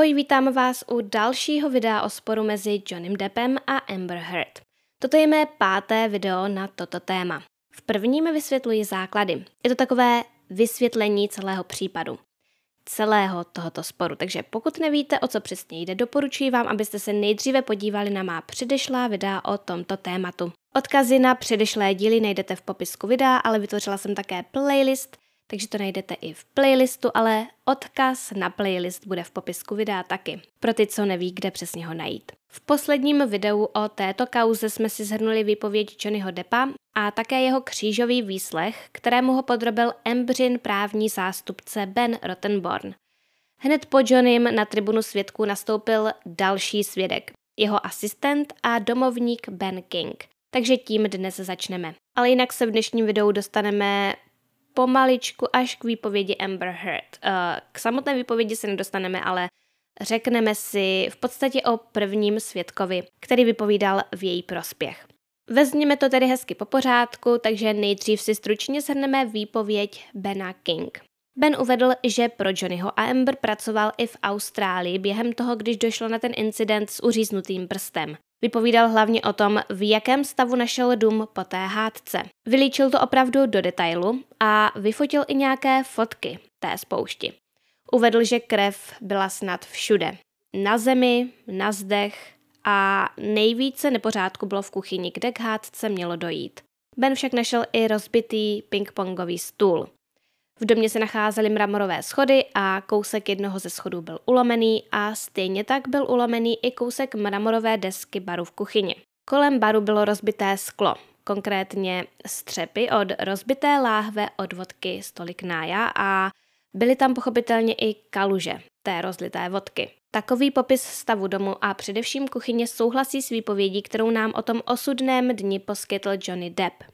Ahoj, vítám vás u dalšího videa o sporu mezi Johnnym Deppem a Amber Heard. Toto je mé 5. video na toto téma. V prvním vysvětluji základy. Je to takové vysvětlení celého případu, celého tohoto sporu. Takže pokud nevíte, o co přesně jde, doporučuji vám, abyste se nejdříve podívali na má předešlá videa o tomto tématu. Odkazy na předešlé díly najdete v popisku videa, ale vytvořila jsem také playlist, takže to najdete i v playlistu, ale odkaz na playlist bude v popisku videa taky, pro ty, co neví, kde přesně ho najít. V posledním videu o této kauze jsme si shrnuli výpověď Johnnyho Deppa a také jeho křížový výslech, kterému ho podrobil Amberin právní zástupce Ben Rottenborn. Hned po Johnnym na tribunu svědků nastoupil další svědek, jeho asistent a domovník Ben King. Takže tím dnes začneme. Ale jinak se v dnešním videu dostaneme pomaličku až k výpovědi Amber Heard. K samotné výpovědi se nedostaneme, ale řekneme si v podstatě o prvním svědkovi, který vypovídal v její prospěch. Vezměme to tedy hezky po pořádku, takže nejdřív si stručně shrneme výpověď Bena King. Ben uvedl, že pro Johnnyho a Amber pracoval i v Austrálii během toho, když došlo na ten incident s uříznutým prstem. Vypovídal hlavně o tom, v jakém stavu našel dům po té hádce. Vylíčil to opravdu do detailu a vyfotil i nějaké fotky té spoušti. Uvedl, že krev byla snad všude. Na zemi, na zdech a nejvíce nepořádku bylo v kuchyni, kde k hádce mělo dojít. Ben však našel i rozbitý pingpongový stůl. V domě se nacházely mramorové schody a kousek jednoho ze schodů byl ulomený a stejně tak byl ulomený i kousek mramorové desky baru v kuchyni. Kolem baru bylo rozbité sklo, konkrétně střepy od rozbité láhve od vodky Stolik Nája a byly tam pochopitelně i kaluže té rozlité vodky. Takový popis stavu domu a především kuchyně souhlasí s výpovědí, kterou nám o tom osudném dni poskytl Johnny Depp.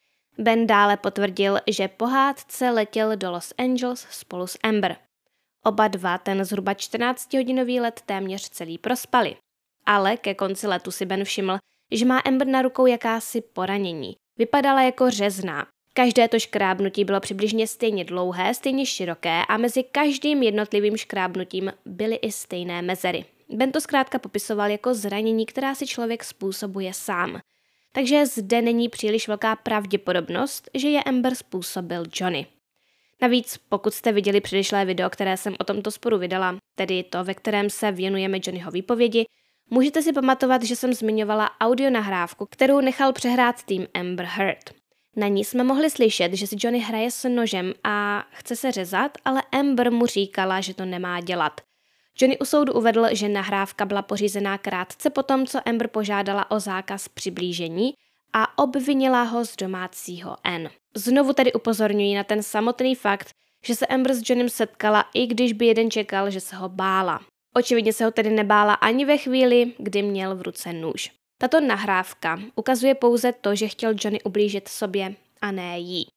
Ben dále potvrdil, že po hádce letěl do Los Angeles spolu s Amber. Oba dva ten zhruba 14hodinový let téměř celý prospali. Ale ke konci letu si Ben všiml, že má Amber na rukou jakási poranění. Vypadala jako řezná. Každé to škrábnutí bylo přibližně stejně dlouhé, stejně široké a mezi každým jednotlivým škrábnutím byly i stejné mezery. Ben to zkrátka popisoval jako zranění, která si člověk způsobuje sám. Takže zde není příliš velká pravděpodobnost, že je Amber způsobil Johnny. Navíc, pokud jste viděli předešlé video, které jsem o tomto sporu vydala, tedy to, ve kterém se věnujeme Johnnyho výpovědi, můžete si pamatovat, že jsem zmiňovala audionahrávku, kterou nechal přehrát tým Amber Heard. Na ní jsme mohli slyšet, že si Johnny hraje s nožem a chce se řezat, ale Amber mu říkala, že to nemá dělat. Johnny u soudu uvedl, že nahrávka byla pořízená krátce potom, co Amber požádala o zákaz přiblížení a obvinila ho z domácího N. Znovu tedy upozorňuji na ten samotný fakt, že se Amber s Johnnym setkala, i když by jeden čekal, že se ho bála. Očividně se ho tedy nebála ani ve chvíli, kdy měl v ruce nůž. Tato nahrávka ukazuje pouze to, že chtěl Johnny ublížit sobě a ne jí.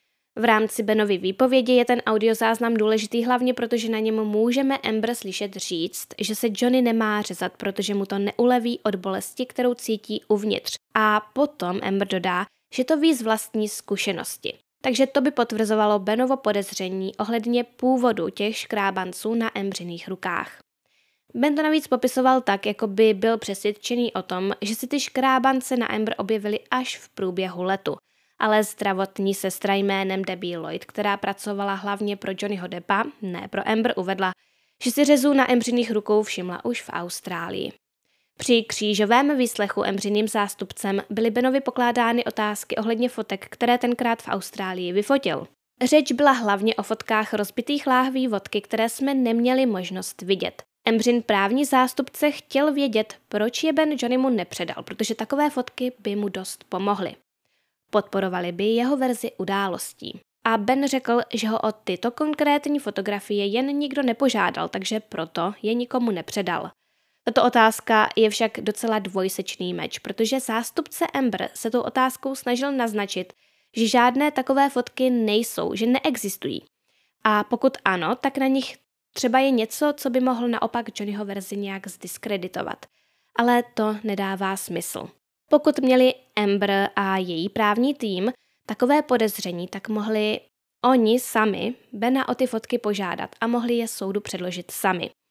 V rámci Benovy výpovědi je ten audiozáznam důležitý hlavně, protože na něm můžeme Amber slyšet říct, že se Johnny nemá řezat, protože mu to neuleví od bolesti, kterou cítí uvnitř. A potom Amber dodá, že to ví z vlastní zkušenosti. Takže to by potvrzovalo Benovo podezření ohledně původu těch škrábanců na Amberiných rukách. Ben to navíc popisoval tak, jako by byl přesvědčený o tom, že si ty škrábance na Amber objevily až v průběhu letu. Ale zdravotní sestra jménem Debbie Lloyd, která pracovala hlavně pro Johnnyho Deppa, ne pro Amber, uvedla, že si řezů na Amberiných rukou všimla už v Austrálii. Při křížovém výslechu Amberiným zástupcem byly Benovi pokládány otázky ohledně fotek, které tenkrát v Austrálii vyfotil. Řeč byla hlavně o fotkách rozbitých láhví vodky, které jsme neměli možnost vidět. Amberin právní zástupce chtěl vědět, proč je Ben Johnnymu nepředal, protože takové fotky by mu dost pomohly. Podporovali by jeho verzi událostí. A Ben řekl, že ho o tyto konkrétní fotografie jen nikdo nepožádal, takže proto je nikomu nepředal. Tato otázka je však docela dvojsečný meč, protože zástupce Amber se tou otázkou snažil naznačit, že žádné takové fotky nejsou, že neexistují. A pokud ano, tak na nich třeba je něco, co by mohl naopak Johnnyho verzi nějak zdiskreditovat. Ale to nedává smysl. Pokud měli Amber a její právní tým takové podezření, tak mohli oni sami Bena o ty fotky požádat a mohli je soudu předložit sami.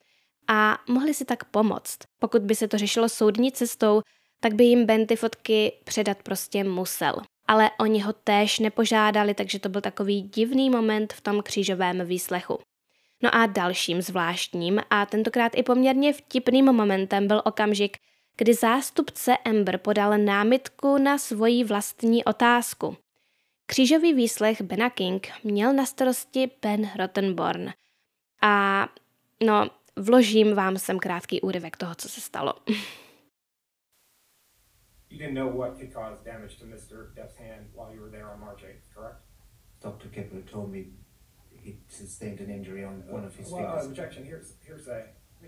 a mohli si tak pomoct. Pokud by se to řešilo soudní cestou, tak by jim Ben ty fotky předat prostě musel. Ale oni ho též nepožádali, takže to byl takový divný moment v tom křížovém výslechu. No a dalším zvláštním a tentokrát i poměrně vtipným momentem byl okamžik, kdy zástupce Amber podal námitku na svoji vlastní otázku. Křížový výslech Bena King měl na starosti Ben Rottenborn. A vložím vám sem krátký úryvek toho, co se stalo. You didn't know what could cause damage to Mr. Depp's hand while you were there on March 8th, correct? Dr. Kepler told me he sustained an injury on one of his fingers. Objection, hearsay.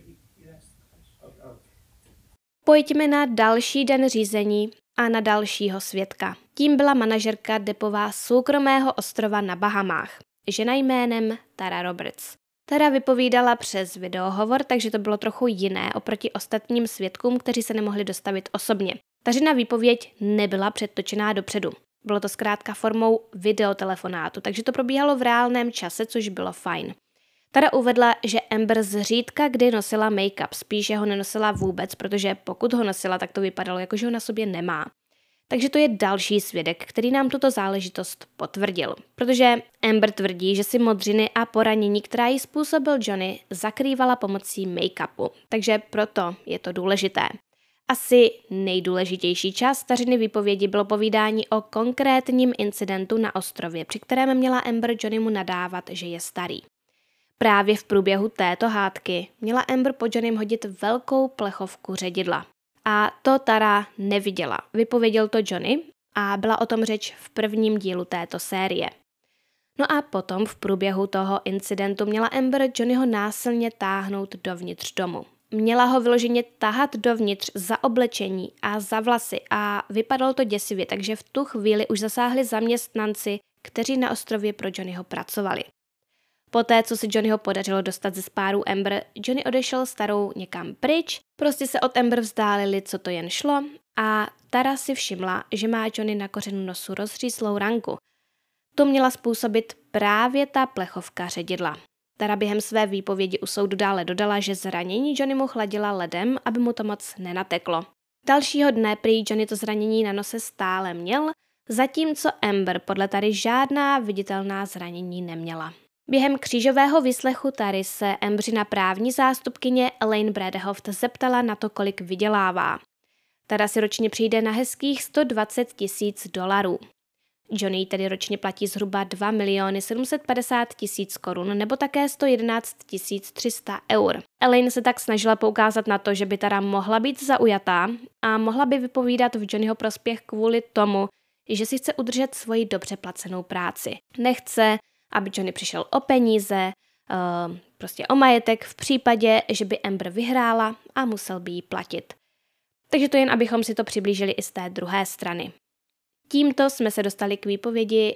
Pojďme na další den řízení a na dalšího svědka. Tím byla manažerka Deppova soukromého ostrova na Bahamách, žena jménem Tara Roberts. Tara vypovídala přes videohovor, takže to bylo trochu jiné oproti ostatním svědkům, kteří se nemohli dostavit osobně. Tařina výpověď nebyla předtočená dopředu. Bylo to zkrátka formou videotelefonátu, takže to probíhalo v reálném čase, což bylo fajn. Tara uvedla, že Amber zřídka kdy nosila make-up, spíše ho nenosila vůbec, protože pokud ho nosila, tak to vypadalo, jako že ho na sobě nemá. Takže to je další svědek, který nám tuto záležitost potvrdil. Protože Amber tvrdí, že si modřiny a poranění, která jí způsobil Johnny, zakrývala pomocí make-upu. Takže proto je to důležité. Asi nejdůležitější část Tařiny výpovědi bylo povídání o konkrétním incidentu na ostrově, při kterém měla Amber Johnnymu nadávat, že je starý. Právě v průběhu této hádky měla Amber po Johnnym hodit velkou plechovku ředidla. A to Tara neviděla. Vypověděl to Johnny a byla o tom řeč v prvním dílu této série. No a potom v průběhu toho incidentu měla Amber Johnnyho násilně táhnout dovnitř domu. Měla ho vyloženě tahat dovnitř za oblečení a za vlasy a vypadalo to děsivě, takže v tu chvíli už zasáhli zaměstnanci, kteří na ostrově pro Johnnyho pracovali. Poté, co si Johnnyho podařilo dostat ze spáru Amber, Johnny odešel s Tarou někam pryč, prostě se od Amber vzdálili, co to jen šlo a Tara si všimla, že má Johnny na kořenu nosu rozřízlou ranku. To měla způsobit právě ta plechovka ředidla. Tara během své výpovědi u soudu dále dodala, že zranění Johnnymu chladila ledem, aby mu to moc nenateklo. Dalšího dne prý Johnny to zranění na nose stále měl, zatímco Amber podle Tary žádná viditelná zranění neměla. Během křížového výslechu Tary se Amberina právní zástupkyně Elaine Bradhoft zeptala na to, kolik vydělává. Tara si ročně přijde na hezkých $120,000. Johnny tedy ročně platí zhruba 2 750 000 korun nebo také 111 300 eur. Elaine se tak snažila poukázat na to, že by Tara mohla být zaujatá a mohla by vypovídat v Johnnyho prospěch kvůli tomu, že si chce udržet svoji dobře placenou práci. Nechce, aby Johnny přišel o peníze, prostě o majetek v případě, že by Amber vyhrála a musel by jí platit. Takže to jen, abychom si to přiblížili i z té druhé strany. Tímto jsme se dostali k výpovědi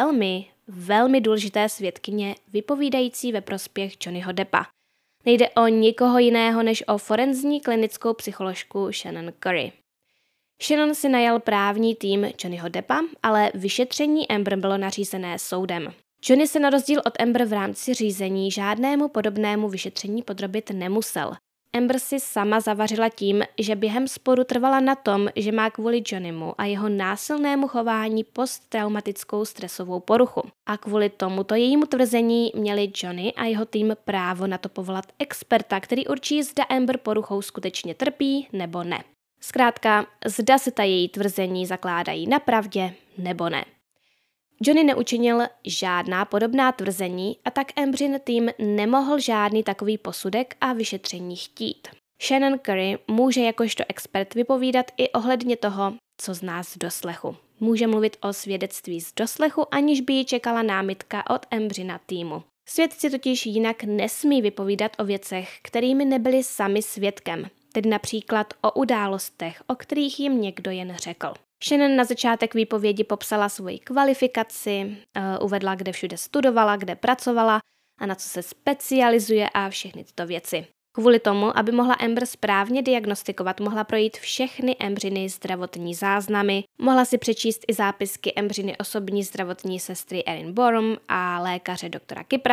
velmi důležité svědkyně vypovídající ve prospěch Johnnyho Deppa. Nejde o nikoho jiného než o forenzní klinickou psycholožku Shannon Curry. Shannon si najal právní tým Johnnyho Deppa, ale vyšetření Amber bylo nařízené soudem. Johnny se na rozdíl od Amber v rámci řízení žádnému podobnému vyšetření podrobit nemusel. Amber si sama zavařila tím, že během sporu trvala na tom, že má kvůli Johnnymu a jeho násilnému chování posttraumatickou stresovou poruchu. A kvůli tomuto jejímu tvrzení měli Johnny a jeho tým právo na to povolat experta, který určí, zda Amber poruchou skutečně trpí nebo ne. Zkrátka, zda se ta její tvrzení zakládají na pravdě nebo ne. Johnny neučinil žádná podobná tvrzení a tak Amberin tým nemohl žádný takový posudek a vyšetření chtít. Shannon Curry může jakožto expert vypovídat i ohledně toho, co zná z doslechu. Může mluvit o svědectví z doslechu, aniž by ji čekala námitka od Amberina týmu. Svědci totiž jinak nesmí vypovídat o věcech, kterými nebyli sami svědkem, tedy například o událostech, o kterých jim někdo jen řekl. Shannon na začátek výpovědi popsala svoji kvalifikaci, uvedla, kde všude studovala, kde pracovala a na co se specializuje a všechny tyto věci. Kvůli tomu, aby mohla Amber správně diagnostikovat, mohla projít všechny Amberiny zdravotní záznamy, mohla si přečíst i zápisky Amberiny osobní zdravotní sestry Erin Borum a lékaře doktora Kipra,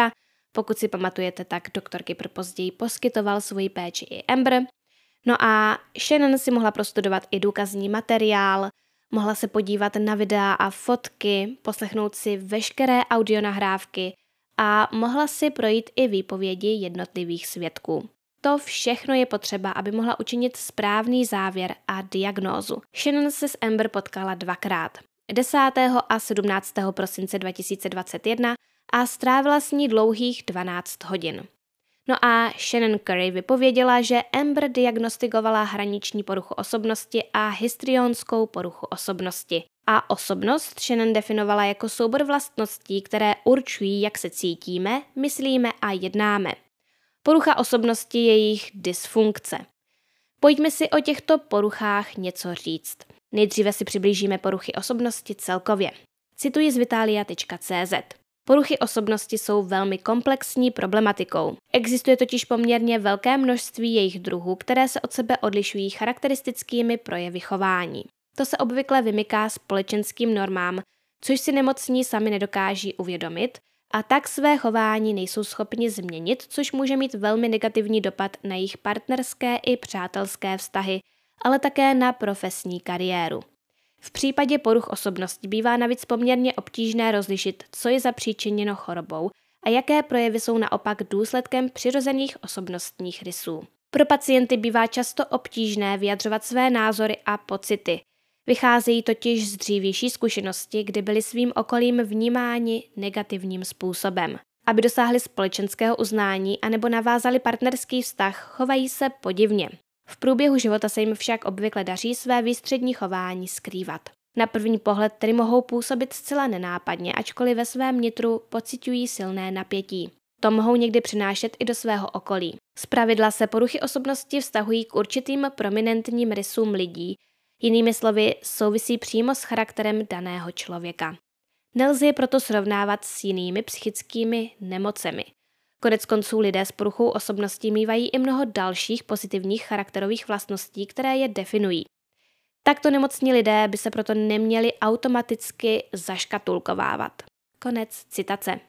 Pokud si pamatujete, tak doktor Kipper později poskytoval svoji péči i Amber. No a Shannon si mohla prostudovat i důkazní materiál, mohla se podívat na videa a fotky, poslechnout si veškeré audionahrávky a mohla si projít i výpovědi jednotlivých svědků. To všechno je potřeba, aby mohla učinit správný závěr a diagnózu. Shannon se s Amber potkala dvakrát. 10. a 17. prosince 2021 a strávila s ní dlouhých 12 hodin. No a Shannon Curry vypověděla, že Amber diagnostikovala hraniční poruchu osobnosti a histrionskou poruchu osobnosti. A osobnost Shannon definovala jako soubor vlastností, které určují, jak se cítíme, myslíme a jednáme. Porucha osobnosti je jejich dysfunkce. Pojďme si o těchto poruchách něco říct. Nejdříve si přiblížíme poruchy osobnosti celkově. Cituji z vitalia.cz. Poruchy osobnosti jsou velmi komplexní problematikou. Existuje totiž poměrně velké množství jejich druhů, které se od sebe odlišují charakteristickými projevy chování. To se obvykle vymyká společenským normám, což si nemocní sami nedokáží uvědomit, a tak své chování nejsou schopni změnit, což může mít velmi negativní dopad na jejich partnerské i přátelské vztahy, ale také na profesní kariéru. V případě poruch osobnosti bývá navíc poměrně obtížné rozlišit, co je zapříčiněno chorobou a jaké projevy jsou naopak důsledkem přirozených osobnostních rysů. Pro pacienty bývá často obtížné vyjadřovat své názory a pocity. Vycházejí totiž z dřívější zkušenosti, kdy byli svým okolím vnímáni negativním způsobem. Aby dosáhli společenského uznání anebo navázali partnerský vztah, chovají se podivně. V průběhu života se jim však obvykle daří své výstřední chování skrývat. Na první pohled tedy mohou působit zcela nenápadně, ačkoliv ve svém nitru pociťují silné napětí. To mohou někdy přinášet i do svého okolí. Zpravidla se poruchy osobnosti vztahují k určitým prominentním rysům lidí, jinými slovy souvisí přímo s charakterem daného člověka. Nelze je proto srovnávat s jinými psychickými nemocemi. Koneckonců lidé s poruchou osobnosti mívají i mnoho dalších pozitivních charakterových vlastností, které je definují. Takto nemocní lidé by se proto neměli automaticky zaškatulkovávat. Konec citace.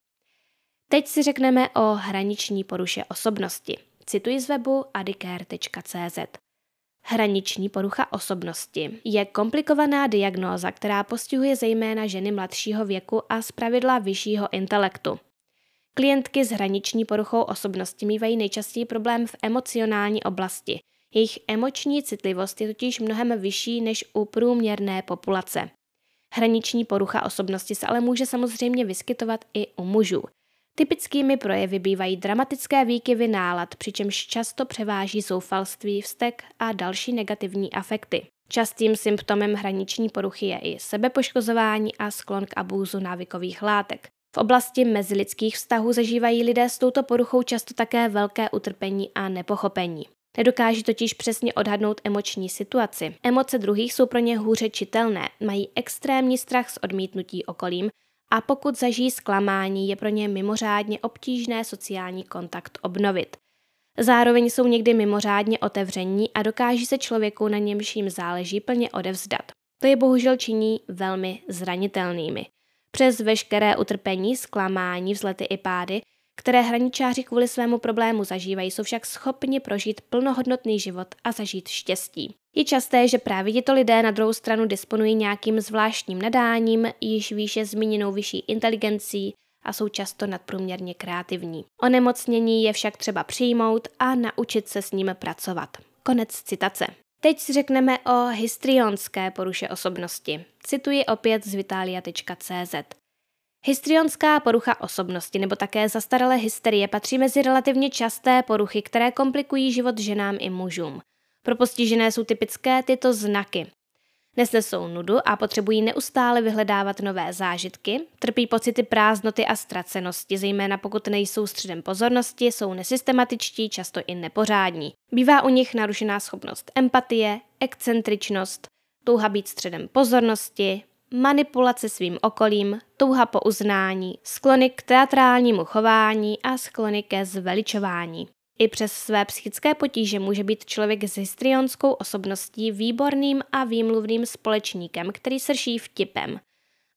Teď si řekneme o hraniční poruše osobnosti. Cituji z webu adicare.cz. Hraniční porucha osobnosti je komplikovaná diagnóza, která postihuje zejména ženy mladšího věku a zpravidla vyššího intelektu. Klientky s hraniční poruchou osobnosti mívají nejčastěji problém v emocionální oblasti. Jejich emoční citlivost je totiž mnohem vyšší než u průměrné populace. Hraniční porucha osobnosti se ale může samozřejmě vyskytovat i u mužů. Typickými projevy bývají dramatické výkyvy nálad, přičemž často převáží zoufalství, vztek a další negativní afekty. Častým symptomem hraniční poruchy je i sebepoškozování a sklon k abúzu návykových látek. V oblasti mezilidských vztahů zažívají lidé s touto poruchou často také velké utrpení a nepochopení. Nedokáží totiž přesně odhadnout emoční situaci. Emoce druhých jsou pro ně hůře čitelné, mají extrémní strach z odmítnutí okolím a pokud zažijí zklamání, je pro ně mimořádně obtížné sociální kontakt obnovit. Zároveň jsou někdy mimořádně otevření a dokáží se člověku, na němž jim záleží, plně odevzdat. To je bohužel činí velmi zranitelnými. Přes veškeré utrpení, zklamání, vzlety i pády, které hraničáři kvůli svému problému zažívají, jsou však schopni prožít plnohodnotný život a zažít štěstí. Je časté, že právě tito lidé na druhou stranu disponují nějakým zvláštním nadáním, již výše zmíněnou vyšší inteligencí a jsou často nadprůměrně kreativní. Onemocnění je však třeba přijmout a naučit se s ním pracovat. Konec citace. Teď si řekneme o histrionské poruše osobnosti. Cituji opět z vitalia.cz. Histrionská porucha osobnosti nebo také zastaralé hysterie patří mezi relativně časté poruchy, které komplikují život ženám i mužům. Pro postižené jsou typické tyto znaky. Nesnesou nudu a potřebují neustále vyhledávat nové zážitky, trpí pocity prázdnoty a ztracenosti, zejména pokud nejsou středem pozornosti, jsou nesystematičtí, často i nepořádní. Bývá u nich narušená schopnost empatie, excentričnost, touha být středem pozornosti, manipulace svým okolím, touha po uznání, sklony k teatrálnímu chování a sklony ke zveličování. I přes své psychické potíže může být člověk s histrionskou osobností výborným a výmluvným společníkem, který srší vtipem.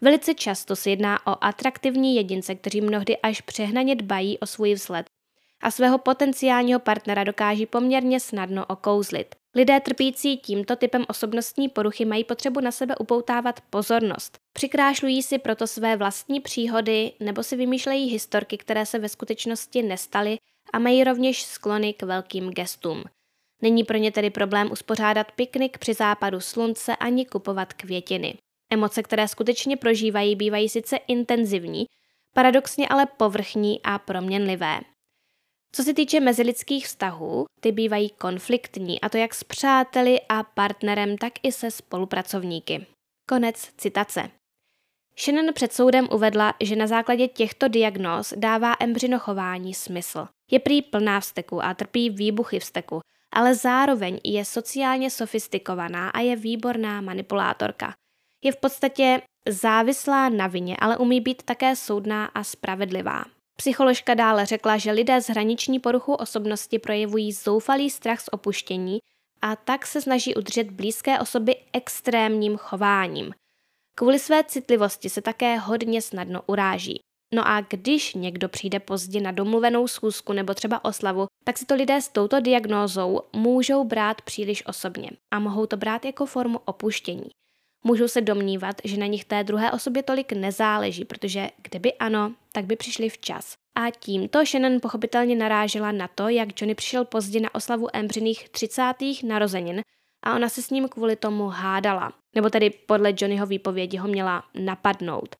Velice často se jedná o atraktivní jedince, kteří mnohdy až přehnaně dbají o svůj vzhled a svého potenciálního partnera dokáží poměrně snadno okouzlit. Lidé trpící tímto typem osobnostní poruchy mají potřebu na sebe upoutávat pozornost. Přikrášlují si proto své vlastní příhody nebo si vymýšlejí historky, které se ve skutečnosti nestaly a mají rovněž sklony k velkým gestům. Není pro ně tedy problém uspořádat piknik při západu slunce ani kupovat květiny. Emoce, které skutečně prožívají, bývají sice intenzivní, paradoxně ale povrchní a proměnlivé. Co se týče mezilidských vztahů, ty bývají konfliktní, a to jak s přáteli a partnerem, tak i se spolupracovníky. Konec citace. Shannon před soudem uvedla, že na základě těchto diagnóz dává Embryno chování smysl. Je prý plná vzteku a trpí výbuchy vzteku, ale zároveň je sociálně sofistikovaná a je výborná manipulátorka. Je v podstatě závislá na vině, ale umí být také soudná a spravedlivá. Psycholožka dále řekla, že lidé s hraniční poruchou osobnosti projevují zoufalý strach z opuštění a tak se snaží udržet blízké osoby extrémním chováním. Kvůli své citlivosti se také hodně snadno uráží. No a když někdo přijde pozdě na domluvenou schůzku nebo třeba oslavu, tak si to lidé s touto diagnózou můžou brát příliš osobně a mohou to brát jako formu opuštění. Můžou se domnívat, že na nich té druhé osobě tolik nezáleží, protože kdyby ano, tak by přišli včas. A tímto Shannon pochopitelně narážela na to, jak Johnny přišel pozdě na oslavu Embryných 30. narozenin a ona se s ním kvůli tomu hádala. Nebo tedy podle Johnnyho výpovědi ho měla napadnout.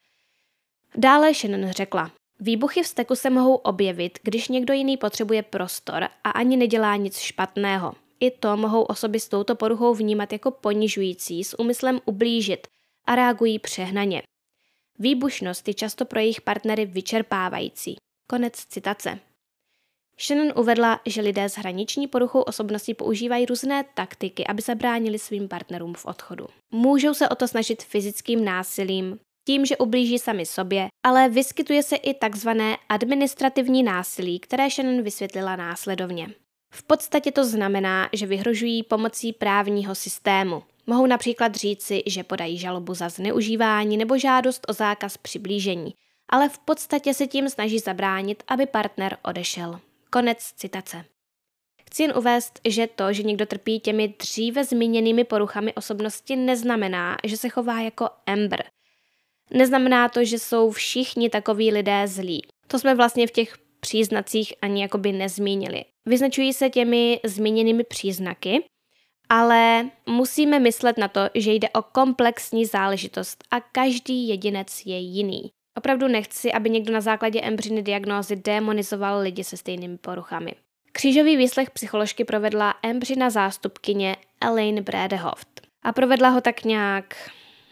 Dále Shannon řekla, výbuchy vzteku se mohou objevit, když někdo jiný potřebuje prostor a ani nedělá nic špatného. I to mohou osoby s touto poruchou vnímat jako ponižující s úmyslem ublížit a reagují přehnaně. Výbušnost je často pro jejich partnery vyčerpávající. Konec citace. Shannon uvedla, že lidé s hraniční poruchou osobnosti používají různé taktiky, aby zabránili svým partnerům v odchodu. Můžou se o to snažit fyzickým násilím, tím, že ublíží sami sobě, ale vyskytuje se i takzvané administrativní násilí, které Shannon vysvětlila následovně. V podstatě to znamená, že vyhrožují pomocí právního systému. Mohou například říci, že podají žalobu za zneužívání nebo žádost o zákaz přiblížení, ale v podstatě se tím snaží zabránit, aby partner odešel. Konec citace. Chci jen uvést, že to, že někdo trpí těmi dříve zmíněnými poruchami osobnosti, neznamená, že se chová jako Amber. Neznamená to, že jsou všichni takoví lidé zlí. To jsme vlastně v těch příznacích ani jakoby nezmínili. Vyznačují se těmi zmíněnými příznaky, ale musíme myslet na to, že jde o komplexní záležitost a každý jedinec je jiný. Opravdu nechci, aby někdo na základě Embryny diagnózy démonizoval lidi se stejnými poruchami. Křížový výslech psycholožky provedla Embryna zástupkyně Elaine Bredehoft. A provedla ho tak nějak...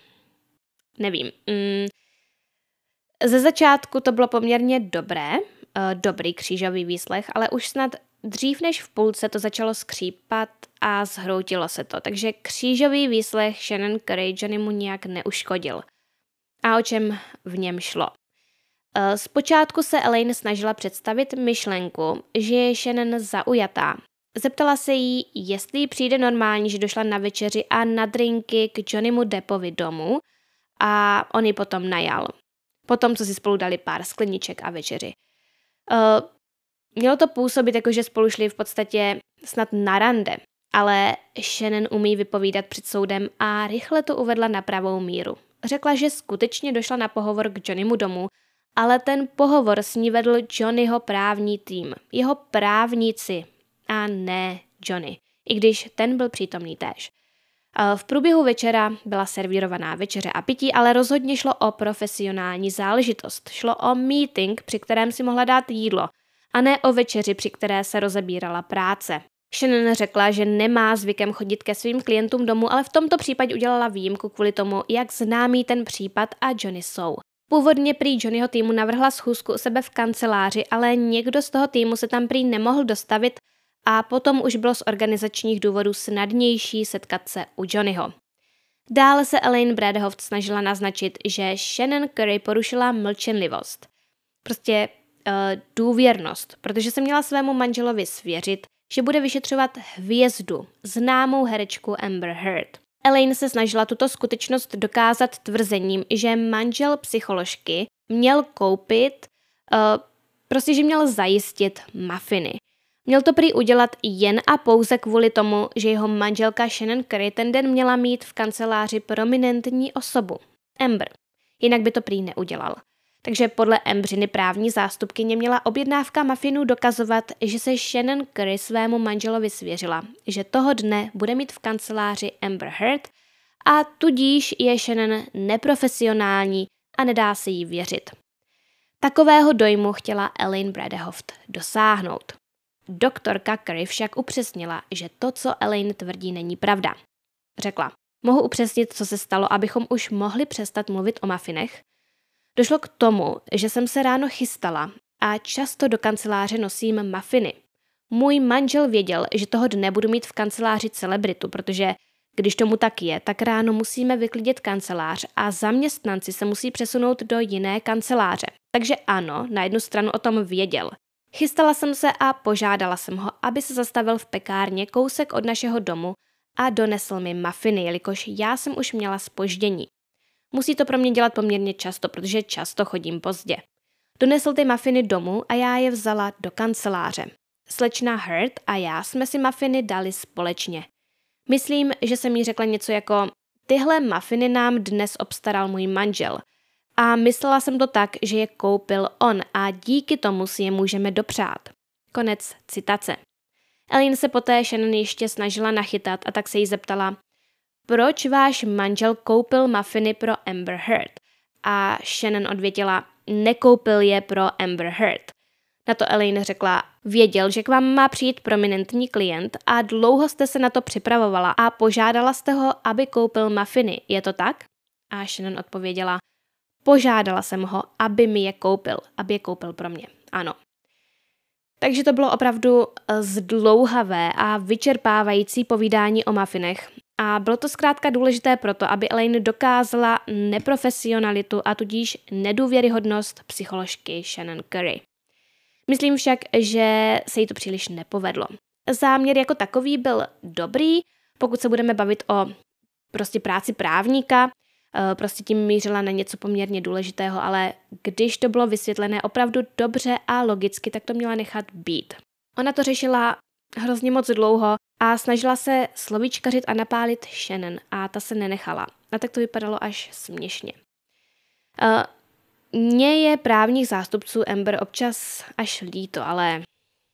nevím. Ze začátku to bylo poměrně dobrý křížový výslech, ale už snad dřív než v půlce to začalo skřípat a zhroutilo se to. Takže křížový výslech Shannon Curry Johnnymu nijak neuškodil. A o čem v něm šlo? Zpočátku se Elaine snažila představit myšlenku, že je Shannon zaujatá. Zeptala se jí, jestli jí přijde normální, že došla na večeři a na drinky k Johnnymu Deppovi domů a on ji potom najal. Potom, co si spolu dali pár skleniček a večeři. Mělo to působit jako, že spolu šli v podstatě snad na rande, ale Shannon umí vypovídat před soudem a rychle to uvedla na pravou míru. Řekla, že skutečně došla na pohovor k Johnnymu domů, ale ten pohovor s ní vedl Johnnyho právní tým, jeho právníci a ne Johnny, i když ten byl přítomný též. V průběhu večera byla servírovaná večeře a pití, ale rozhodně šlo o profesionální záležitost. Šlo o meeting, při kterém si mohla dát jídlo, a ne o večeři, při které se rozebírala práce. Shannon řekla, že nemá zvykem chodit ke svým klientům domů, ale v tomto případě udělala výjimku kvůli tomu, jak známý ten případ a Johnny jsou. Původně prý Johnnyho týmu navrhla schůzku u sebe v kanceláři, ale někdo z toho týmu se tam prý nemohl dostavit a potom už bylo z organizačních důvodů snadnější setkat se u Johnnyho. Dále se Elaine Bredehoft snažila naznačit, že Shannon Curry porušila mlčenlivost. Prostě důvěrnost, protože se měla svému manželovi svěřit, že bude vyšetřovat hvězdu, známou herečku Amber Heard. Elaine se snažila tuto skutečnost dokázat tvrzením, že manžel psycholožky měl koupit, že měl zajistit muffiny. Měl to prý udělat jen a pouze kvůli tomu, že jeho manželka Shannon Curry ten den měla mít v kanceláři prominentní osobu, Amber. Jinak by to prý neudělal. Takže podle Amberiny právní zástupkyně měla objednávka muffinů dokazovat, že se Shannon Curry svému manželovi svěřila, že toho dne bude mít v kanceláři Amber Heard a tudíž je Shannon neprofesionální a nedá se jí věřit. Takového dojmu chtěla Elaine Bradehoft dosáhnout. Doktorka Curry však upřesnila, že to, co Elaine tvrdí, není pravda. Řekla, mohu upřesnit, co se stalo, abychom už mohli přestat mluvit o muffinech? Došlo k tomu, že jsem se ráno chystala a často do kanceláře nosím muffiny. Můj manžel věděl, že toho dne budu mít v kanceláři celebritu, protože když tomu tak je, tak ráno musíme vyklidit kancelář a zaměstnanci se musí přesunout do jiné kanceláře. Takže ano, na jednu stranu o tom věděl. Chystala jsem se a požádala jsem ho, aby se zastavil v pekárně kousek od našeho domu a donesl mi muffiny, jelikož já jsem už měla zpoždění. Musí to pro mě dělat poměrně často, protože často chodím pozdě. Donesl ty muffiny domů a já je vzala do kanceláře. Slečna Heard a já jsme si muffiny dali společně. Myslím, že jsem jí řekla něco jako tyhle muffiny nám dnes obstaral můj manžel. A myslela jsem to tak, že je koupil on a díky tomu si je můžeme dopřát. Konec citace. Elaine se poté Shannon ještě snažila nachytat a tak se jí zeptala, proč váš manžel koupil muffiny pro Amber Heard? A Shannon odvětila, nekoupil je pro Amber Heard. Na to Elaine řekla, věděl, že k vám má přijít prominentní klient a dlouho jste se na to připravovala a požádala jste ho, aby koupil muffiny. Je to tak? A Shannon odpověděla, požádala jsem ho, aby je koupil pro mě. Ano. Takže to bylo opravdu zdlouhavé a vyčerpávající povídání o muffinech. A bylo to zkrátka důležité proto, aby Elaine dokázala neprofesionalitu a tudíž nedůvěryhodnost psycholožky Shannon Curry. Myslím však, že se jí to příliš nepovedlo. Záměr jako takový byl dobrý, pokud se budeme bavit o práci právníka, tím mířila na něco poměrně důležitého, ale když to bylo vysvětlené opravdu dobře a logicky, tak to měla nechat být. Ona to řešila hrozně moc dlouho a snažila se slovíčkařit a napálit Shannon a ta se nenechala. A tak to vypadalo až směšně. Mně je právních zástupců Amber občas až líto, ale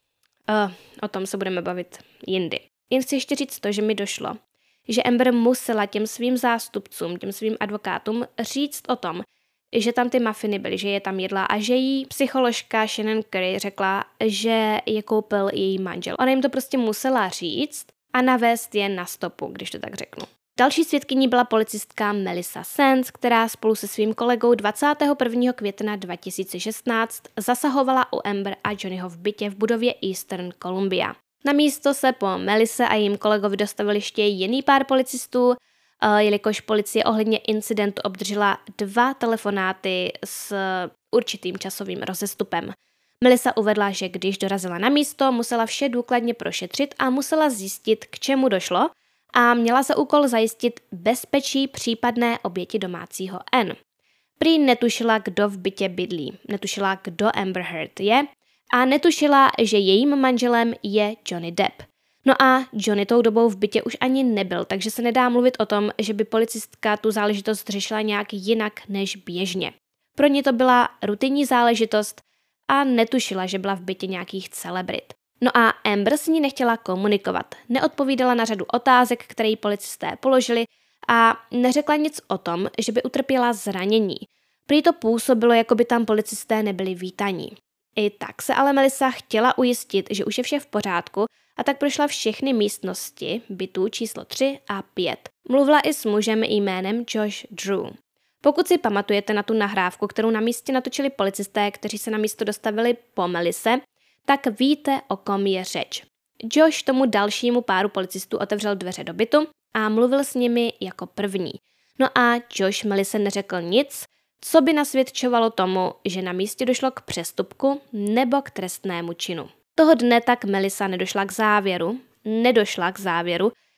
o tom se budeme bavit jindy. Jen chci ještě říct to, že mi došlo, že Amber musela těm svým zástupcům, těm svým advokátům říct o tom, že tam ty muffiny byly, že je tam jedla a že jí psycholožka Shannon Curry řekla, že je koupil její manžel. Ona jim to prostě musela říct a navést je na stopu, když to tak řeknu. Další svědkyní byla policistka Melissa Sands, která spolu se svým kolegou 21. května 2016 zasahovala u Amber a Johnnyho v bytě v budově Eastern Columbia. Na místo se po Melisse a jejím kolegovi dostavil ještě jiný pár policistů, jelikož policie ohledně incidentu obdržela 2 telefonáty s určitým časovým rozestupem. Melissa uvedla, že když dorazila na místo, musela vše důkladně prošetřit a musela zjistit, k čemu došlo a měla za úkol zajistit bezpečí případné oběti domácího N. Prý netušila, kdo v bytě bydlí, netušila, kdo Amber Heard je a netušila, že jejím manželem je Johnny Depp. No a Johnny tou dobou v bytě už ani nebyl, takže se nedá mluvit o tom, že by policistka tu záležitost řešila nějak jinak než běžně. Pro ně to byla rutinní záležitost a netušila, že byla v bytě nějakých celebrit. No a Amber s ní nechtěla komunikovat, neodpovídala na řadu otázek, které jí policisté položili a neřekla nic o tom, že by utrpěla zranění. Prý to působilo, jako by tam policisté nebyli vítaní. I tak se ale Melissa chtěla ujistit, že už je vše v pořádku a tak prošla všechny místnosti bytů číslo 3 a 5. Mluvila i s mužem jménem Josh Drew. Pokud si pamatujete na tu nahrávku, kterou na místě natočili policisté, kteří se na místo dostavili po Melisse, tak víte, o kom je řeč. Josh tomu dalšímu páru policistů otevřel dveře do bytu a mluvil s nimi jako první. No a Josh Melisse neřekl nic, co by nasvědčovalo tomu, že na místě došlo k přestupku nebo k trestnému činu. Toho dne tak Melissa nedošla k závěru,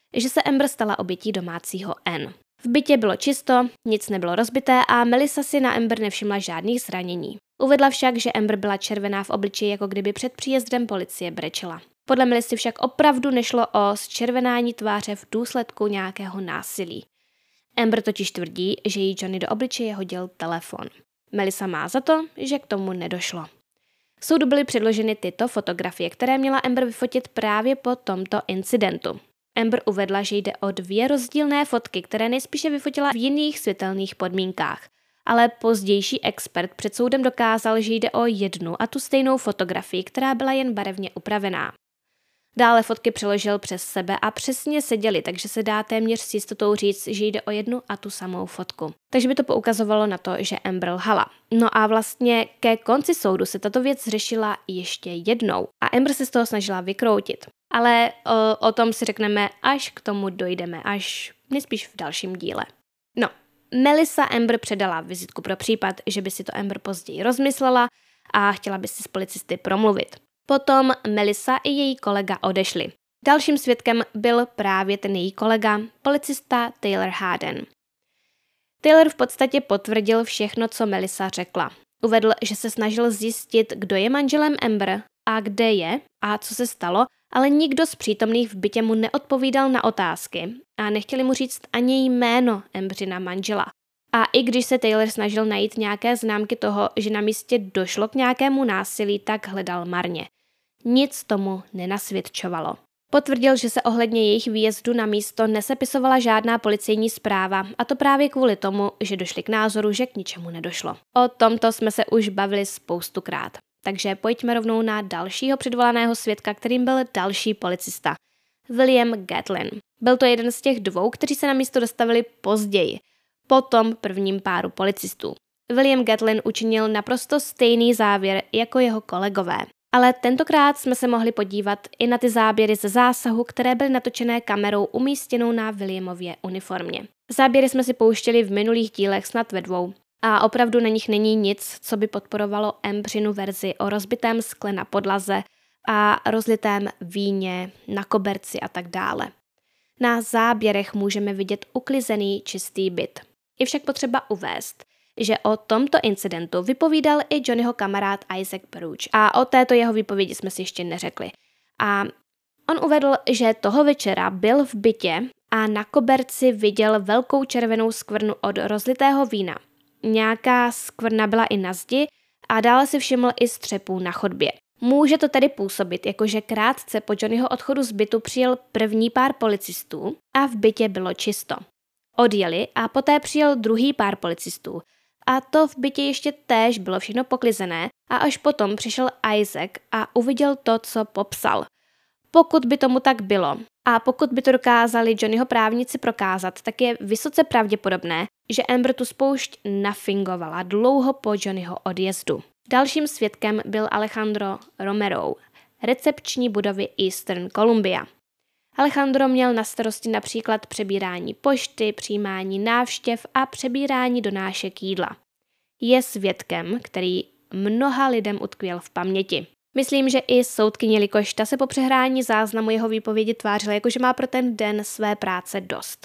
že se Amber stala obětí domácího N. V bytě bylo čisto, nic nebylo rozbité a Melissa si na Amber nevšimla žádných zranění. Uvedla však, že Amber byla červená v obličeji, jako kdyby před příjezdem policie brečela. Podle Melissy však opravdu nešlo o zčervenání tváře v důsledku nějakého násilí. Amber totiž tvrdí, že jí Johnny do obličeje hodil telefon. Melissa má za to, že k tomu nedošlo. K soudu byly předloženy tyto fotografie, které měla Amber vyfotit právě po tomto incidentu. Amber uvedla, že jde o 2 rozdílné fotky, které nejspíše vyfotila v jiných světelných podmínkách. Ale pozdější expert před soudem dokázal, že jde o jednu a tu stejnou fotografii, která byla jen barevně upravená. Dále fotky přeložil přes sebe a přesně seděly, takže se dá téměř s jistotou říct, že jde o jednu a tu samou fotku. Takže by to poukazovalo na to, že Amber lhala. No a vlastně ke konci soudu se tato věc řešila ještě jednou a Amber se z toho snažila vykroutit. Ale o tom si řekneme, až k tomu dojdeme, až nejspíš v dalším díle. No, Melissa Amber předala vizitku pro případ, že by si to Amber později rozmyslela a chtěla by si s policisty promluvit. Potom Melissa i její kolega odešli. Dalším svědkem byl právě ten její kolega, policista Taylor Harden. Taylor v podstatě potvrdil všechno, co Melissa řekla. Uvedl, že se snažil zjistit, kdo je manželem Amber a kde je a co se stalo, ale nikdo z přítomných v bytě mu neodpovídal na otázky a nechtěli mu říct ani jméno Amberina manžela. A i když se Taylor snažil najít nějaké známky toho, že na místě došlo k nějakému násilí, tak hledal marně. Nic tomu nenasvědčovalo. Potvrdil, že se ohledně jejich výjezdu na místo nesepisovala žádná policejní zpráva, a to právě kvůli tomu, že došli k názoru, že k ničemu nedošlo. O tomto jsme se už bavili spoustukrát. Takže pojďme rovnou na dalšího předvolaného svědka, kterým byl další policista. William Gatlin. Byl to jeden z těch 2, kteří se na místo dostavili později, po tom prvním páru policistů. William Gatlin učinil naprosto stejný závěr jako jeho kolegové. Ale tentokrát jsme se mohli podívat i na ty záběry ze zásahu, které byly natočené kamerou umístěnou na Williamově uniformě. Záběry jsme si pouštěli v minulých dílech snad ve 2 a opravdu na nich není nic, co by podporovalo Amberinu verzi o rozbitém skle na podlaze a rozlitém víně na koberci a tak dále. Na záběrech můžeme vidět uklizený čistý byt. Je však potřeba uvést, že o tomto incidentu vypovídal i Johnnyho kamarád Isaac Baruch a o této jeho výpovědi jsme si ještě neřekli. A on uvedl, že toho večera byl v bytě a na koberci viděl velkou červenou skvrnu od rozlitého vína. Nějaká skvrna byla i na zdi a dále si všiml i střepů na chodbě. Může to tedy působit, jakože krátce po Johnnyho odchodu z bytu přijel první pár policistů a v bytě bylo čisto. Odjeli a poté přijel druhý pár policistů. A to v bytě ještě též bylo všechno poklizené a až potom přišel Isaac a uviděl to, co popsal. Pokud by tomu tak bylo a pokud by to dokázali Johnnyho právníci prokázat, tak je vysoce pravděpodobné, že Amber tu spoušť nafingovala dlouho po Johnnyho odjezdu. Dalším svědkem byl Alejandro Romero, recepční budovy Eastern Columbia. Alejandro měl na starosti například přebírání pošty, přijímání návštěv a přebírání donášek jídla. Je svědkem, který mnoha lidem utkvěl v paměti. Myslím, že i soudkyně Likošta se po přehrání záznamu jeho výpovědi tvářila, jakože má pro ten den své práce dost.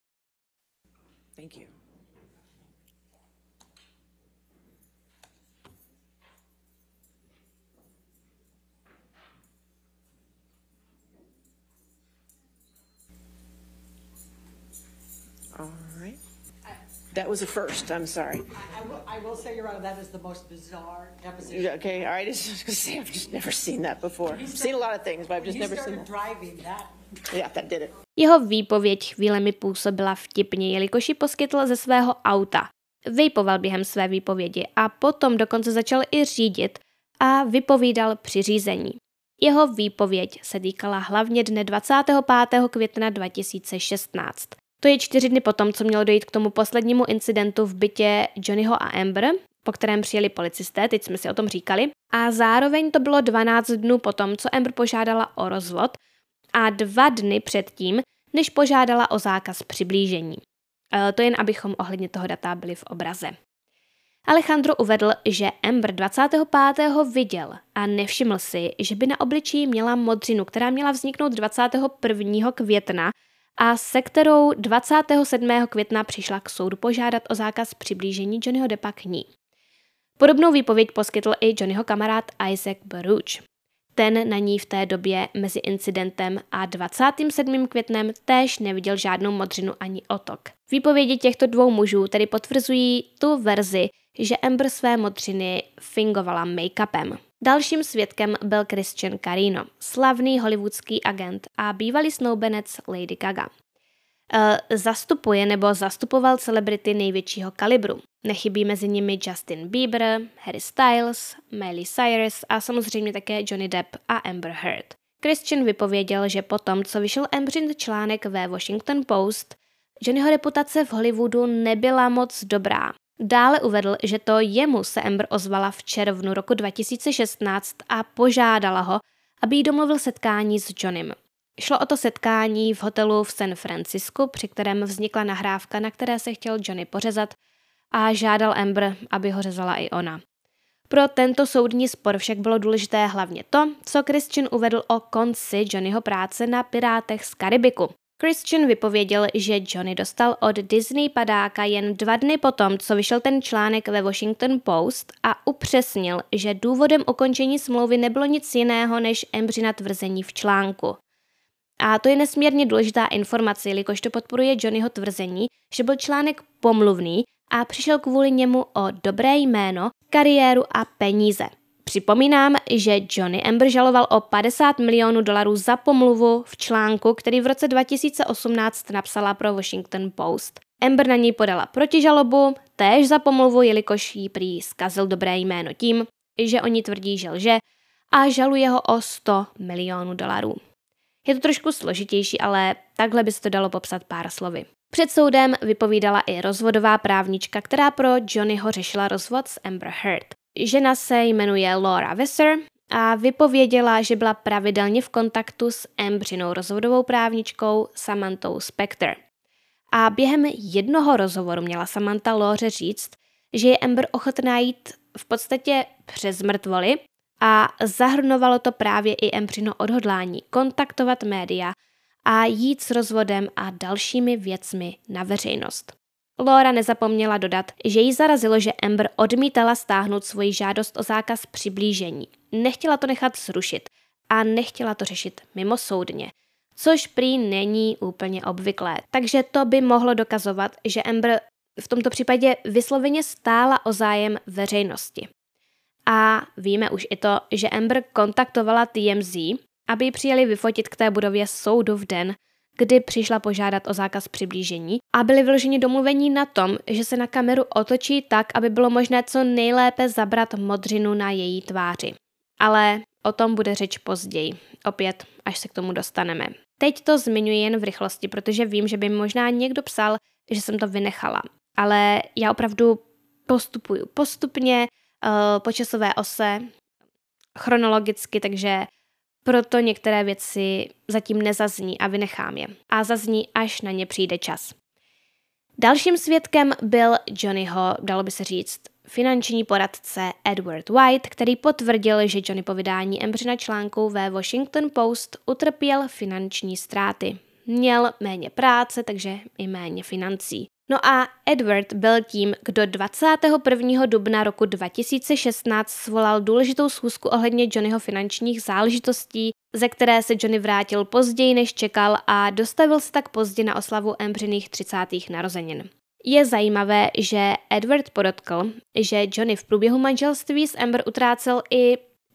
Thank you. All right. That was a first. I'm sorry. I will say, Your Honor, that is the most bizarre deposition. Okay. All right. I was just gonna say I've just never seen that before. I've seen a lot of things, but I've just You never seen started that. driving that. Yeah, that did it. Jeho výpověď chvílemi působila vtipně, jelikož ji poskytl ze svého auta. Vejpoval během své výpovědi a potom dokonce začal i řídit a vypovídal při řízení. Jeho výpověď se týkala hlavně dne 25. května 2016. To je 4 dny potom, co mělo dojít k tomu poslednímu incidentu v bytě Johnnyho a Amber, po kterém přijeli policisté, teď jsme si o tom říkali, a zároveň to bylo 12 dnů potom, co Amber požádala o rozvod a 2 dny předtím, než požádala o zákaz přiblížení. To jen abychom ohledně toho data byli v obraze. Alejandro uvedl, že Amber 25. viděl a nevšiml si, že by na obličeji měla modřinu, která měla vzniknout 21. května a se kterou 27. května přišla k soudu požádat o zákaz přiblížení Johnnyho Deppa k ní. Podobnou výpověď poskytl i Johnnyho kamarád Isaac Baruch. Ten na ní v té době mezi incidentem a 27. květnem též neviděl žádnou modřinu ani otok. Výpovědi těchto dvou mužů tedy potvrzují tu verzi, že Amber své modřiny fingovala make-upem. Dalším svědkem byl Christian Carino, slavný hollywoodský agent a bývalý snoubenec Lady Gaga. Zastupoval celebrity největšího kalibru. Nechybí mezi nimi Justin Bieber, Harry Styles, Miley Cyrus a samozřejmě také Johnny Depp a Amber Heard. Christian vypověděl, že potom, co vyšel Amberin článek ve Washington Post, Johnnyho reputace v Hollywoodu nebyla moc dobrá. Dále uvedl, že to jemu se Amber ozvala v červnu roku 2016 a požádala ho, aby jí domluvil setkání s Johnnym. Šlo o to setkání v hotelu v San Francisku, při kterém vznikla nahrávka, na které se chtěl Johnny pořezat a žádal Amber, aby ho řezala i ona. Pro tento soudní spor však bylo důležité hlavně to, co Christian uvedl o konci Johnnyho práce na Pirátech z Karibiku. Christian vypověděl, že Johnny dostal od Disney padáka jen 2 dny potom, co vyšel ten článek ve Washington Post a upřesnil, že důvodem ukončení smlouvy nebylo nic jiného než Amberina tvrzení v článku. A to je nesmírně důležitá informace, jelikož to podporuje Johnnyho tvrzení, že byl článek pomluvný a přišel kvůli němu o dobré jméno, kariéru a peníze. Připomínám, že Johnny Amber žaloval o $50 milionů za pomluvu v článku, který v roce 2018 napsala pro Washington Post. Amber na něj podala protižalobu, též za pomluvu, jelikož jí prý zkazil dobré jméno tím, že oni tvrdí, že lže a žaluje ho o $100 milionů. Je to trošku složitější, ale takhle by se to dalo popsat pár slovy. Před soudem vypovídala i rozvodová právnička, která pro Johnnyho řešila rozvod s Amber Heard. Žena se jmenuje Laura Visser a vypověděla, že byla pravidelně v kontaktu s Amberinou rozvodovou právničkou Samanthou Spector. A během jednoho rozhovoru měla Samantha Lauře říct, že je Amber ochotná jít v podstatě přes mrtvoly a zahrnovalo to právě i Amberino odhodlání kontaktovat média a jít s rozvodem a dalšími věcmi na veřejnost. Laura nezapomněla dodat, že jí zarazilo, že Amber odmítala stáhnout svoji žádost o zákaz přiblížení. Nechtěla to nechat zrušit a nechtěla to řešit mimosoudně, což prý není úplně obvyklé. Takže to by mohlo dokazovat, že Amber v tomto případě vysloveně stála o zájem veřejnosti. A víme už i to, že Amber kontaktovala TMZ, aby ji přijeli vyfotit k té budově soudu v den, kdy přišla požádat o zákaz přiblížení a byli vyloženi domluvení na tom, že se na kameru otočí tak, aby bylo možné co nejlépe zabrat modřinu na její tváři. Ale o tom bude řeč později, opět, až se k tomu dostaneme. Teď to zmiňuji jen v rychlosti, protože vím, že by možná někdo psal, že jsem to vynechala. Ale já opravdu postupuju postupně po časové ose, chronologicky, takže proto některé věci zatím nezazní a vynechám je. A zazní, až na ně přijde čas. Dalším svědkem byl Johnnyho, dalo by se říct, finanční poradce Edward White, který potvrdil, že Johnny po vydání Amberina článku ve Washington Post utrpěl finanční ztráty. Měl méně práce, takže i méně financí. No a Edward byl tím, kdo 21. dubna roku 2016 svolal důležitou schůzku ohledně Johnnyho finančních záležitostí, ze které se Johnny vrátil později, než čekal a dostavil se tak pozdě na oslavu Amberiných 30. narozenin. Je zajímavé, že Edward podotkl, že Johnny v průběhu manželství s Amber utrácel i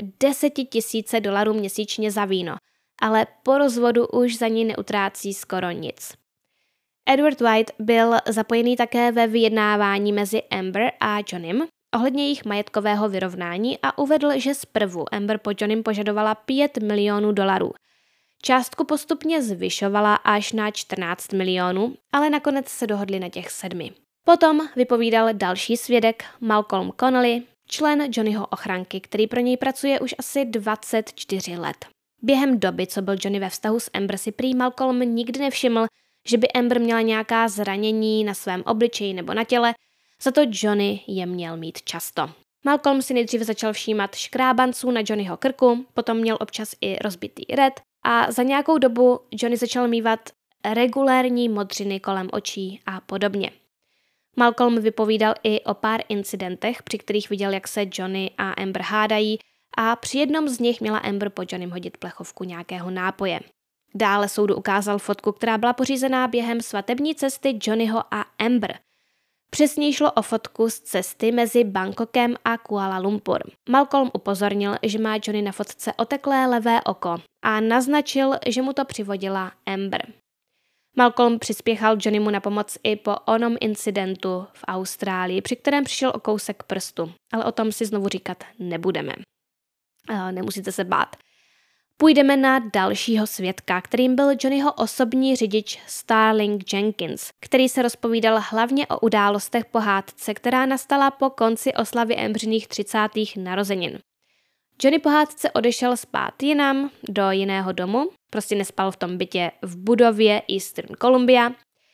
$10,000 měsíčně za víno, ale po rozvodu už za ní neutrácí skoro nic. Edward White byl zapojený také ve vyjednávání mezi Amber a Johnnym ohledně jejich majetkového vyrovnání a uvedl, že zprvu Amber po Johnnym požadovala $5 milionů. Částku postupně zvyšovala až na 14 milionů, ale nakonec se dohodli na těch 7. Potom vypovídal další svědek Malcolm Connolly, člen Johnnyho ochranky, který pro něj pracuje už asi 24 let. Během doby, co byl Johnny ve vztahu s Amber, si prý Malcolm nikdy nevšiml, že by Amber měla nějaká zranění na svém obličeji nebo na těle, za to Johnny je měl mít často. Malcolm si nejdřív začal všímat škrábanců na Johnnyho krku, potom měl občas i rozbitý red a za nějakou dobu Johnny začal mívat regulérní modřiny kolem očí a podobně. Malcolm vypovídal i o pár incidentech, při kterých viděl, jak se Johnny a Amber hádají a při jednom z nich měla Amber po Johnnym hodit plechovku nějakého nápoje. Dále soudu ukázal fotku, která byla pořízená během svatební cesty Johnnyho a Amber. Přesně šlo o fotku z cesty mezi Bangkokem a Kuala Lumpur. Malcolm upozornil, že má Johnny na fotce oteklé levé oko a naznačil, že mu to přivodila Amber. Malcolm přispěchal Johnnymu na pomoc i po onom incidentu v Austrálii, při kterém přišel o kousek prstu, ale o tom si znovu říkat nebudeme. Nemusíte se bát. Půjdeme na dalšího svědka, kterým byl Johnnyho osobní řidič Starling Jenkins, který se rozpovídal hlavně o událostech po hádce, která nastala po konci oslavy Ambeřiných 30. narozenin. Johnny po hádce odešel spát jinam, do jiného domu, prostě nespal v tom bytě v budově Eastern Columbia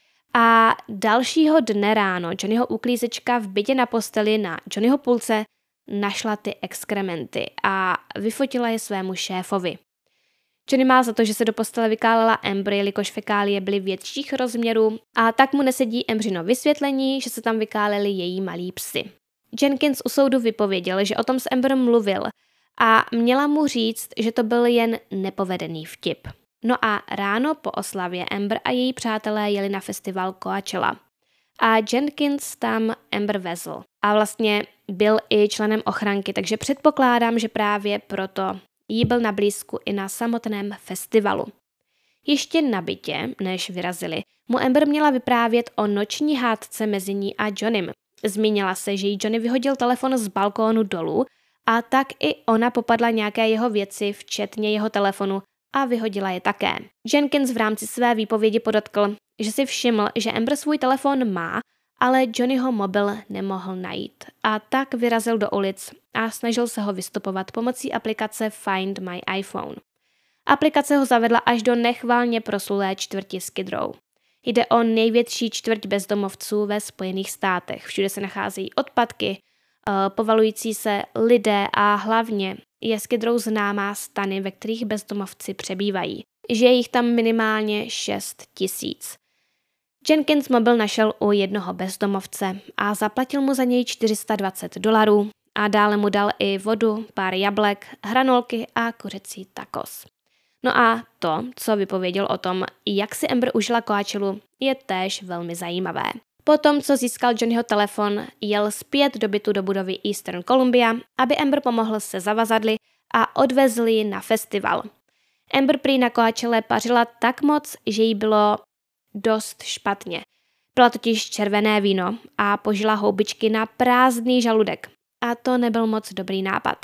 a dalšího dne ráno Johnnyho uklízečka v bytě na posteli na Johnnyho půlce našla ty exkrementy a vyfotila je svému šéfovi. Johnny má za to, že se do postele vykálela Amber, jelikož fekálie byly větších rozměrů a tak mu nesedí Amberino vysvětlení, že se tam vykáleli její malí psy. Jenkins u soudu vypověděl, že o tom s Amber mluvil a měla mu říct, že to byl jen nepovedený vtip. No a ráno po oslavě Amber a její přátelé jeli na festival Coachella. A Jenkins tam Amber vezl. A vlastně byl i členem ochranky, takže předpokládám, že právě proto jí byl na blízku i na samotném festivalu. Ještě na bytě, než vyrazili, mu Amber měla vyprávět o noční hádce mezi ní a Johnnym. Zmínila se, že jí Johnny vyhodil telefon z balkónu dolů a tak i ona popadla nějaké jeho věci, včetně jeho telefonu, a vyhodila je také. Jenkins v rámci své výpovědi podotkl, že si všiml, že Amber svůj telefon má, ale Johnnyho mobil nemohl najít. A tak vyrazil do ulic a snažil se ho vystopovat pomocí aplikace Find My iPhone. Aplikace ho zavedla až do nechvalně proslulé čtvrti Skid Row. Jde o největší čtvrť bezdomovců ve Spojených státech. Všude se nacházejí odpadky, povalující se lidé a hlavně je Skid Row známá stany, ve kterých bezdomovci přebývají. Že je jich tam minimálně 6 000. Jenkins mobil našel u jednoho bezdomovce a zaplatil mu za něj $420 a dále mu dal i vodu, pár jablek, hranolky a kuřecí tacos. No a to, co vypověděl o tom, jak si Amber užila Coachellu, je též velmi zajímavé. Potom, co získal Johnnyho telefon, jel zpět do bytu do budovy Eastern Columbia, aby Amber pomohl se zavazadly a odvezl ji na festival. Amber prý na Coachelle pařila tak moc, že jí bylo dost špatně. Byla totiž červené víno a požila houbičky na prázdný žaludek. A to nebyl moc dobrý nápad.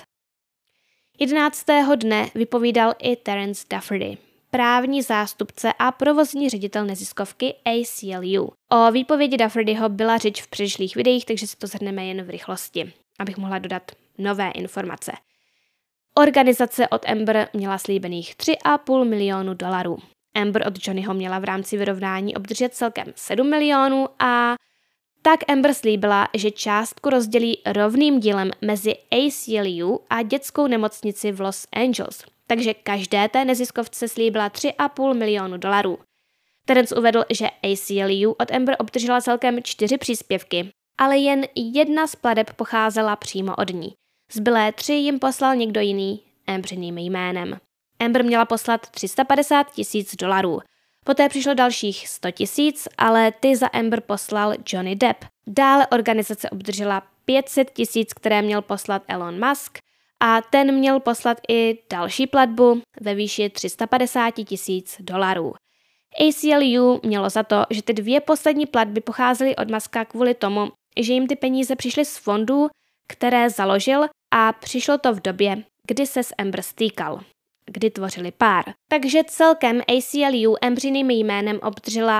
11. dne vypovídal i Terence Dufferty, právní zástupce a provozní ředitel neziskovky ACLU. O výpovědi Duffertyho byla řeč v předešlých videích, takže si to shrneme jen v rychlosti, abych mohla dodat nové informace. Organizace od Amber měla slíbených $3,5 milionu. Amber od Johnnyho měla v rámci vyrovnání obdržet celkem 7 milionů a tak Amber slíbila, že částku rozdělí rovným dílem mezi ACLU a dětskou nemocnici v Los Angeles. Takže každé té neziskovce slíbila $3,5 milionu. Terence uvedl, že ACLU od Amber obdržela celkem 4 příspěvky, ale jen jedna z plateb pocházela přímo od ní. Zbylé 3 jim poslal někdo jiný Ambeřiným jménem. Amber měla poslat $350,000. Poté přišlo dalších 100,000, ale ty za Amber poslal Johnny Depp. Dále organizace obdržela 500,000, které měl poslat Elon Musk, a ten měl poslat i další platbu ve výši $350,000. ACLU mělo za to, že ty 2 poslední platby pocházely od Muska kvůli tomu, že jim ty peníze přišly z fondů, které založil, a přišlo to v době, kdy se s Amber stýkal, kdy tvořili pár. Takže celkem ACLU Ambeřiným jménem obdržela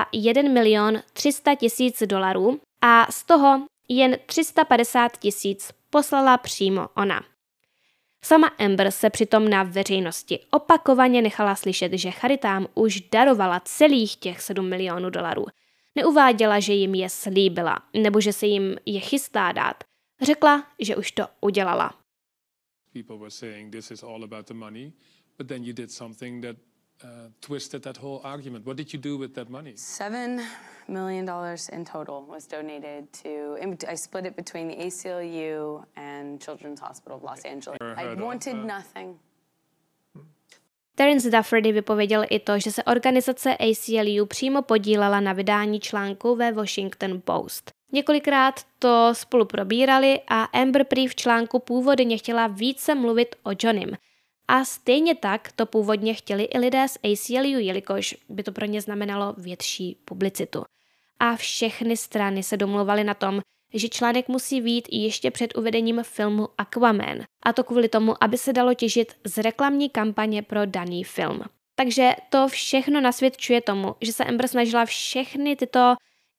$1,300,000 a z toho jen 350,000 poslala přímo ona. Sama Amber se přitom na veřejnosti opakovaně nechala slyšet, že charitám už darovala celých těch $7 milionů. Neuváděla, že jim je slíbila, nebo že se jim je chystá dát. Řekla, že už to udělala. People were saying this is all about the money, but then you did something that twisted that whole argument. What did you do with that money? $7 million in total was donated to, I split it between the ACLU and Children's Hospital of Los Angeles. I wanted nothing. Terence Dufferdy vypověděl i to, že se organizace ACLU přímo podílela na vydání článku ve Washington Post. Několikrát to spolu probírali a Amber prý v článku původně chtěla více mluvit o Johnnym. A stejně tak to původně chtěli i lidé z ACLU, jelikož by to pro ně znamenalo větší publicitu. A všechny strany se domluvaly na tom, že článek musí vyjít ještě před uvedením filmu Aquaman. A to kvůli tomu, aby se dalo těžit z reklamní kampaně pro daný film. Takže to všechno nasvědčuje tomu, že se Amber snažila všechny tyto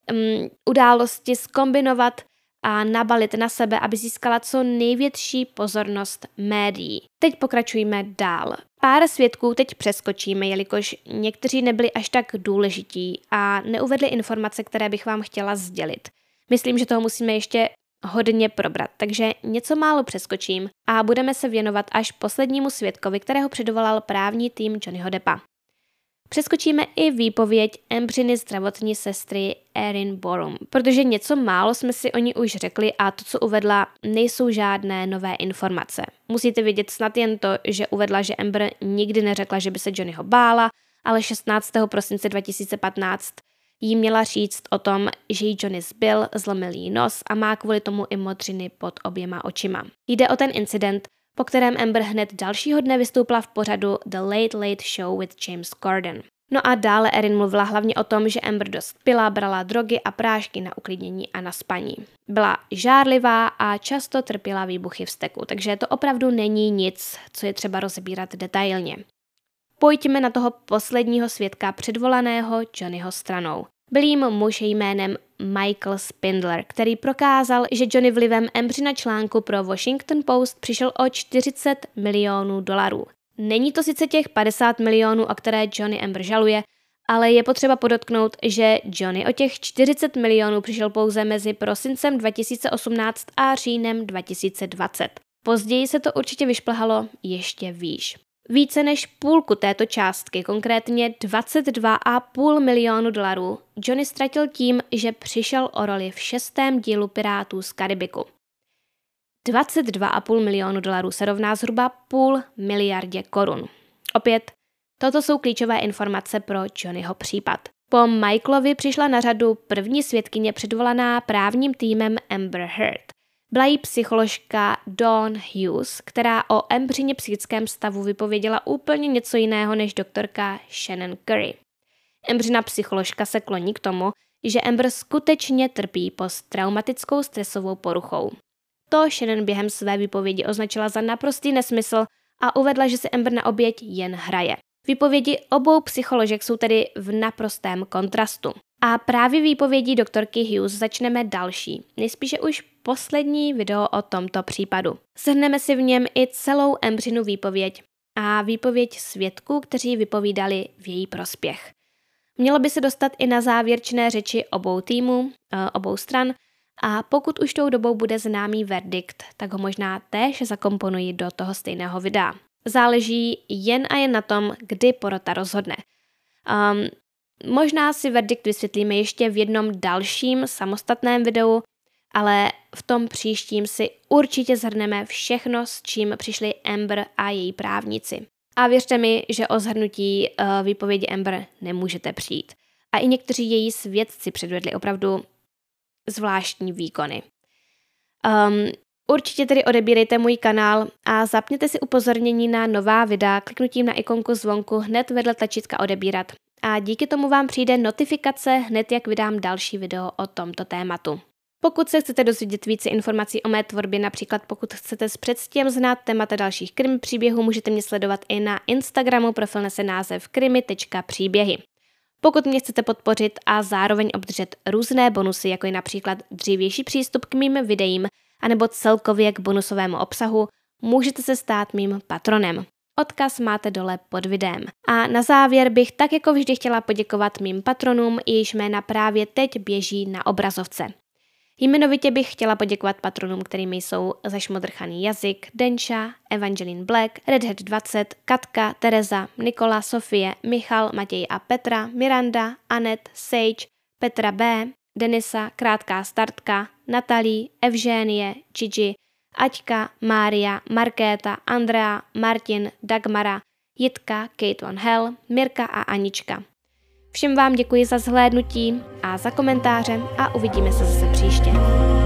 události zkombinovat a nabalit na sebe, aby získala co největší pozornost médií. Teď pokračujeme dál. Pár svědků teď přeskočíme, jelikož někteří nebyli až tak důležití a neuvedli informace, které bych vám chtěla sdělit. Myslím, že toho musíme ještě hodně probrat, takže něco málo přeskočím a budeme se věnovat až poslednímu svědkovi, kterého předvolal právní tým Johnnyho Deppa. Přeskočíme i výpověď Amberiny zdravotní sestry Erin Borum, protože něco málo jsme si o ní už řekli a to, co uvedla, nejsou žádné nové informace. Musíte vědět snad jen to, že uvedla, že Amber nikdy neřekla, že by se Johnnyho bála, ale 16. prosince 2015 jí měla říct o tom, že jí Johnny zbil, zlomil jí nos a má kvůli tomu i modřiny pod oběma očima. Jde o ten incident, po kterém Amber hned dalšího dne vystoupila v pořadu The Late Late Show with James Corden. No a dále Erin mluvila hlavně o tom, že Amber dost pila, brala drogy a prášky na uklidnění a na spaní. Byla žárlivá a často trpěla výbuchy vzteku, takže to opravdu není nic, co je třeba rozebírat detailně. Pojďme na toho posledního svědka předvolaného Johnnyho stranou. Byl jim muž jménem Michael Spindler, který prokázal, že Johnny vlivem Amberina článku pro Washington Post přišel o $40 milionů. Není to sice těch 50 milionů, o které Johnny Amber žaluje, ale je potřeba podotknout, že Johnny o těch 40 milionů přišel pouze mezi prosincem 2018 a říjnem 2020. Později se to určitě vyšplhalo ještě výš. Více než půlku této částky, konkrétně $22,5 milionu, Johnny ztratil tím, že přišel o roli v 6. dílu Pirátů z Karibiku. $22,5 milionu se rovná zhruba $0,5 miliardy korun. Opět, toto jsou klíčové informace pro Johnnyho případ. Po Michaelovi přišla na řadu první svědkyně předvolaná právním týmem Amber Heard. Byla jí psycholožka Dawn Hughes, která o Amberině psychickém stavu vypověděla úplně něco jiného než doktorka Shannon Curry. Amberina psycholožka se kloní k tomu, že Amber skutečně trpí posttraumatickou stresovou poruchou. To Shannon během své výpovědi označila za naprostý nesmysl a uvedla, že si Amber na oběť jen hraje. Výpovědi obou psycholožek jsou tedy v naprostém kontrastu. A právě výpovědí doktorky Hughes začneme další, nejspíše už poslední video o tomto případu. Shrneme si v něm i celou Amberinu výpověď a výpověď svědků, kteří vypovídali v její prospěch. Mělo by se dostat i na závěrečné řeči obou týmů, obou stran, a pokud už tou dobou bude známý verdikt, tak ho možná též zakomponují do toho stejného videa. Záleží jen a jen na tom, kdy porota rozhodne. Možná si verdikt vysvětlíme ještě v jednom dalším samostatném videu, ale v tom příštím si určitě shrneme všechno, s čím přišli Amber a její právníci. A věřte mi, že o shrnutí výpovědi Amber nemůžete přijít. A i někteří její svědci předvedli opravdu zvláštní výkony. Určitě tedy odebírejte můj kanál a zapněte si upozornění na nová videa kliknutím na ikonku zvonku hned vedle tlačítka odebírat. A díky tomu vám přijde notifikace hned, jak vydám další video o tomto tématu. Pokud se chcete dozvědět více informací o mé tvorbě, například pokud chcete s předstihem znát témata dalších krimi příběhů, můžete mě sledovat i na Instagramu, profil nese název krimi.příběhy. Pokud mě chcete podpořit a zároveň obdržet různé bonusy, jako je například dřívější přístup k mým videím, anebo celkově k bonusovému obsahu, můžete se stát mým patronem. Odkaz máte dole pod videem. A na závěr bych tak jako vždy chtěla poděkovat mým patronům, jejichž jména právě teď běží na obrazovce. Jmenovitě bych chtěla poděkovat patronům, kterými jsou Zašmodrchaný jazyk, Denša, Evangeline Black, Redhead 20, Katka, Tereza, Nikola, Sofie, Michal, Matěj a Petra, Miranda, Anet, Sage, Petra B, Denisa, Krátká startka, Natalí, Evžénie, Gigi, Aťka, Mária, Markéta, Andrea, Martin, Dagmara, Jitka, Kate Von Hell, Mirka a Anička. Všem vám děkuji za zhlédnutí a za komentáře a uvidíme se zase příště.